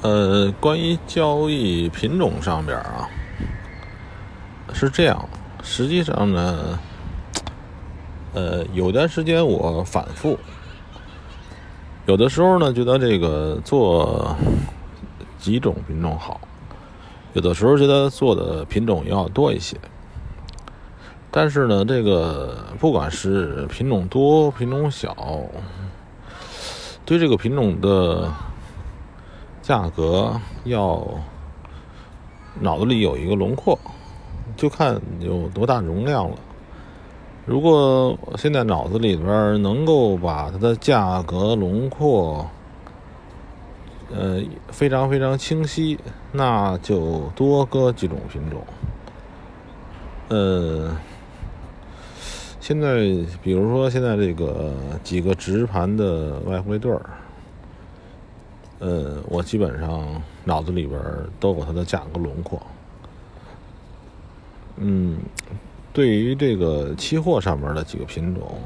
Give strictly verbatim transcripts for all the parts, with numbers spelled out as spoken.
呃，关于交易品种上边啊，是这样。实际上呢，呃，有段时间我反复，有的时候呢觉得这个做几种品种好，有的时候觉得做的品种要多一些。但是呢，这个不管是品种多品种小，对这个品种的价格要脑子里有一个轮廓，就看有多大容量了。如果现在脑子里边能够把它的价格轮廓呃非常非常清晰，那就多搁几种品种。呃现在比如说现在这个几个直盘的外汇对儿，呃，我基本上脑子里边都有它的价格轮廓。嗯，对于这个期货上面的几个品种，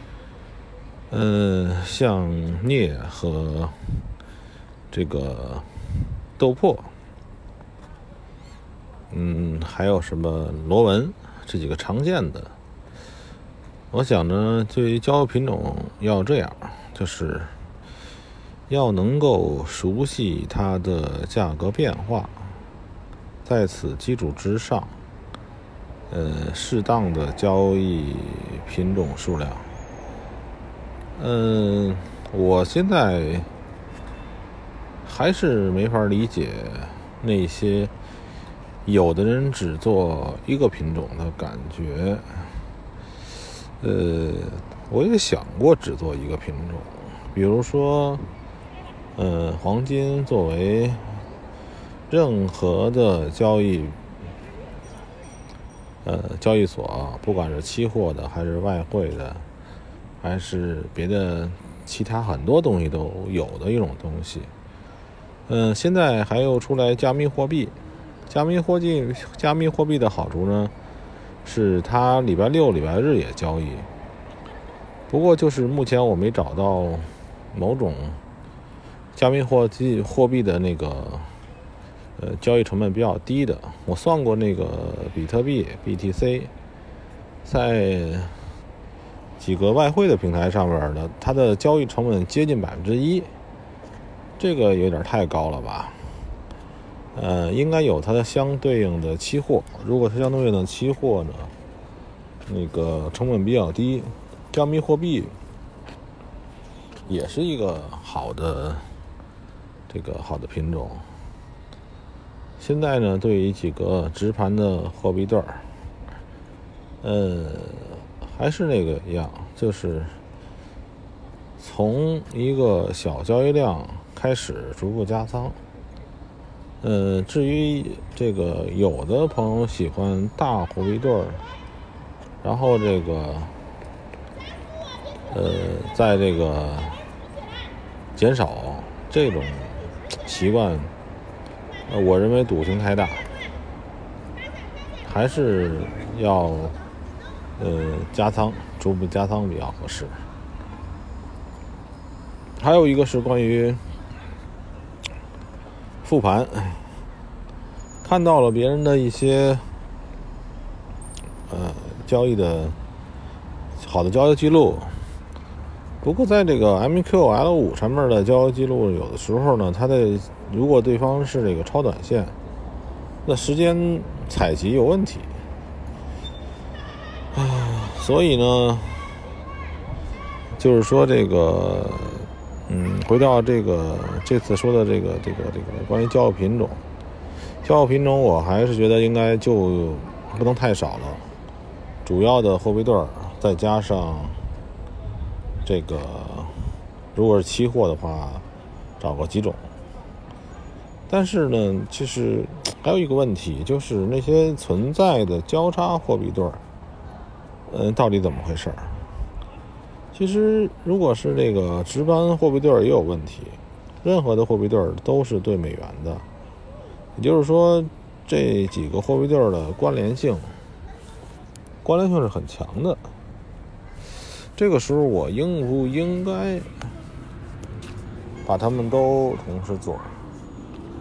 呃，像镍和这个豆粕，嗯，还有什么螺纹这几个常见的，我想呢，对于交易品种要这样，就是要能够熟悉它的价格变化，在此基础之上，呃，适当的交易品种数量。嗯、呃，我现在还是没法理解那些有的人只做一个品种的感觉。呃，我也想过只做一个品种，比如说，呃，黄金作为任何的交易，呃，交易所，不管是期货的，还是外汇的，还是别的其他很多东西都有的一种东西。嗯、呃，现在还有出来加密货币，加密货币，加密货币的好处呢，是它礼拜六、礼拜日也交易。不过就是目前我没找到某种加密货币货币的那个呃交易成本比较低的。我算过那个比特币 B T C 在几个外汇的平台上面的，它的交易成本接近百分之一，这个有点太高了吧？呃，应该有它的相对应的期货。如果是相对应的期货呢，那个成本比较低，加密货币也是一个好的这个好的品种。现在呢，对于几个直盘的货币对儿，呃，还是那个一样，就是从一个小交易量开始逐步加仓。呃，至于这个有的朋友喜欢大货币对儿，然后这个呃，在这个减少这种习惯，呃，我认为赌性太大，还是要呃加仓，逐步加仓比较合适。还有一个是关于复盘，看到了别人的一些呃交易的好的交易记录。不过在这个 M Q L 五 上面的交易记录，有的时候呢，它的如果对方是这个超短线，那时间采集有问题。啊，所以呢，就是说这个，嗯，回到这个这次说的这个这个这个关于交易品种，交易品种我还是觉得应该就不能太少了，主要的货币对儿再加上这个，如果是期货的话，找个几种。但是呢，其实还有一个问题，就是那些存在的交叉货币对儿，呃，到底怎么回事？其实，如果是这个直盘货币对儿也有问题，任何的货币对儿都是对美元的，也就是说，这几个货币对儿的关联性，关联性是很强的。这个时候我应不应该把他们都同时做？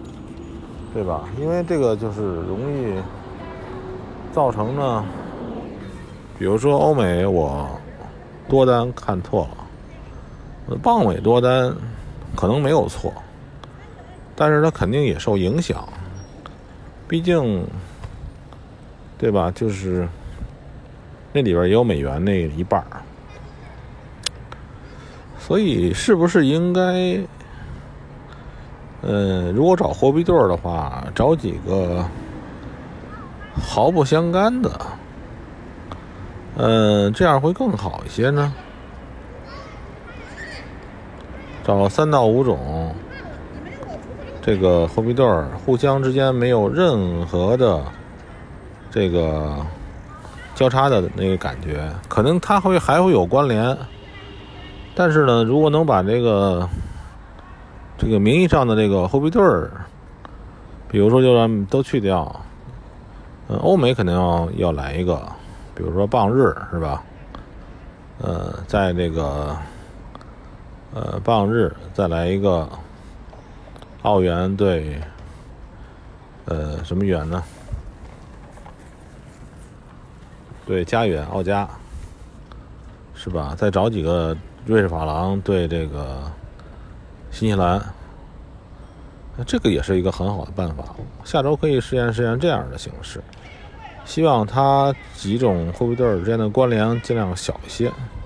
对吧？因为这个就是容易造成呢，比如说欧美我多单看错了，棒尾多单可能没有错，但是它肯定也受影响，毕竟对吧？就是那里边也有美元那一半，所以是不是应该呃，如果找货币对的话，找几个毫不相干的，呃，这样会更好一些呢？找三到五种这个货币对互相之间没有任何的这个交叉的那个感觉，可能它会还会有关联，但是呢，如果能把这个这个名义上的这个货币对儿，比如说就让都去掉，呃，欧美肯定要要来一个，比如说磅日是吧？呃，在这个呃磅日再来一个澳元对呃什么元呢？对加元澳加是吧？再找几个瑞士法郎对这个新西兰，这个也是一个很好的办法。下周可以实验实验这样的形式，希望它几种货币对之间的关联尽量小一些。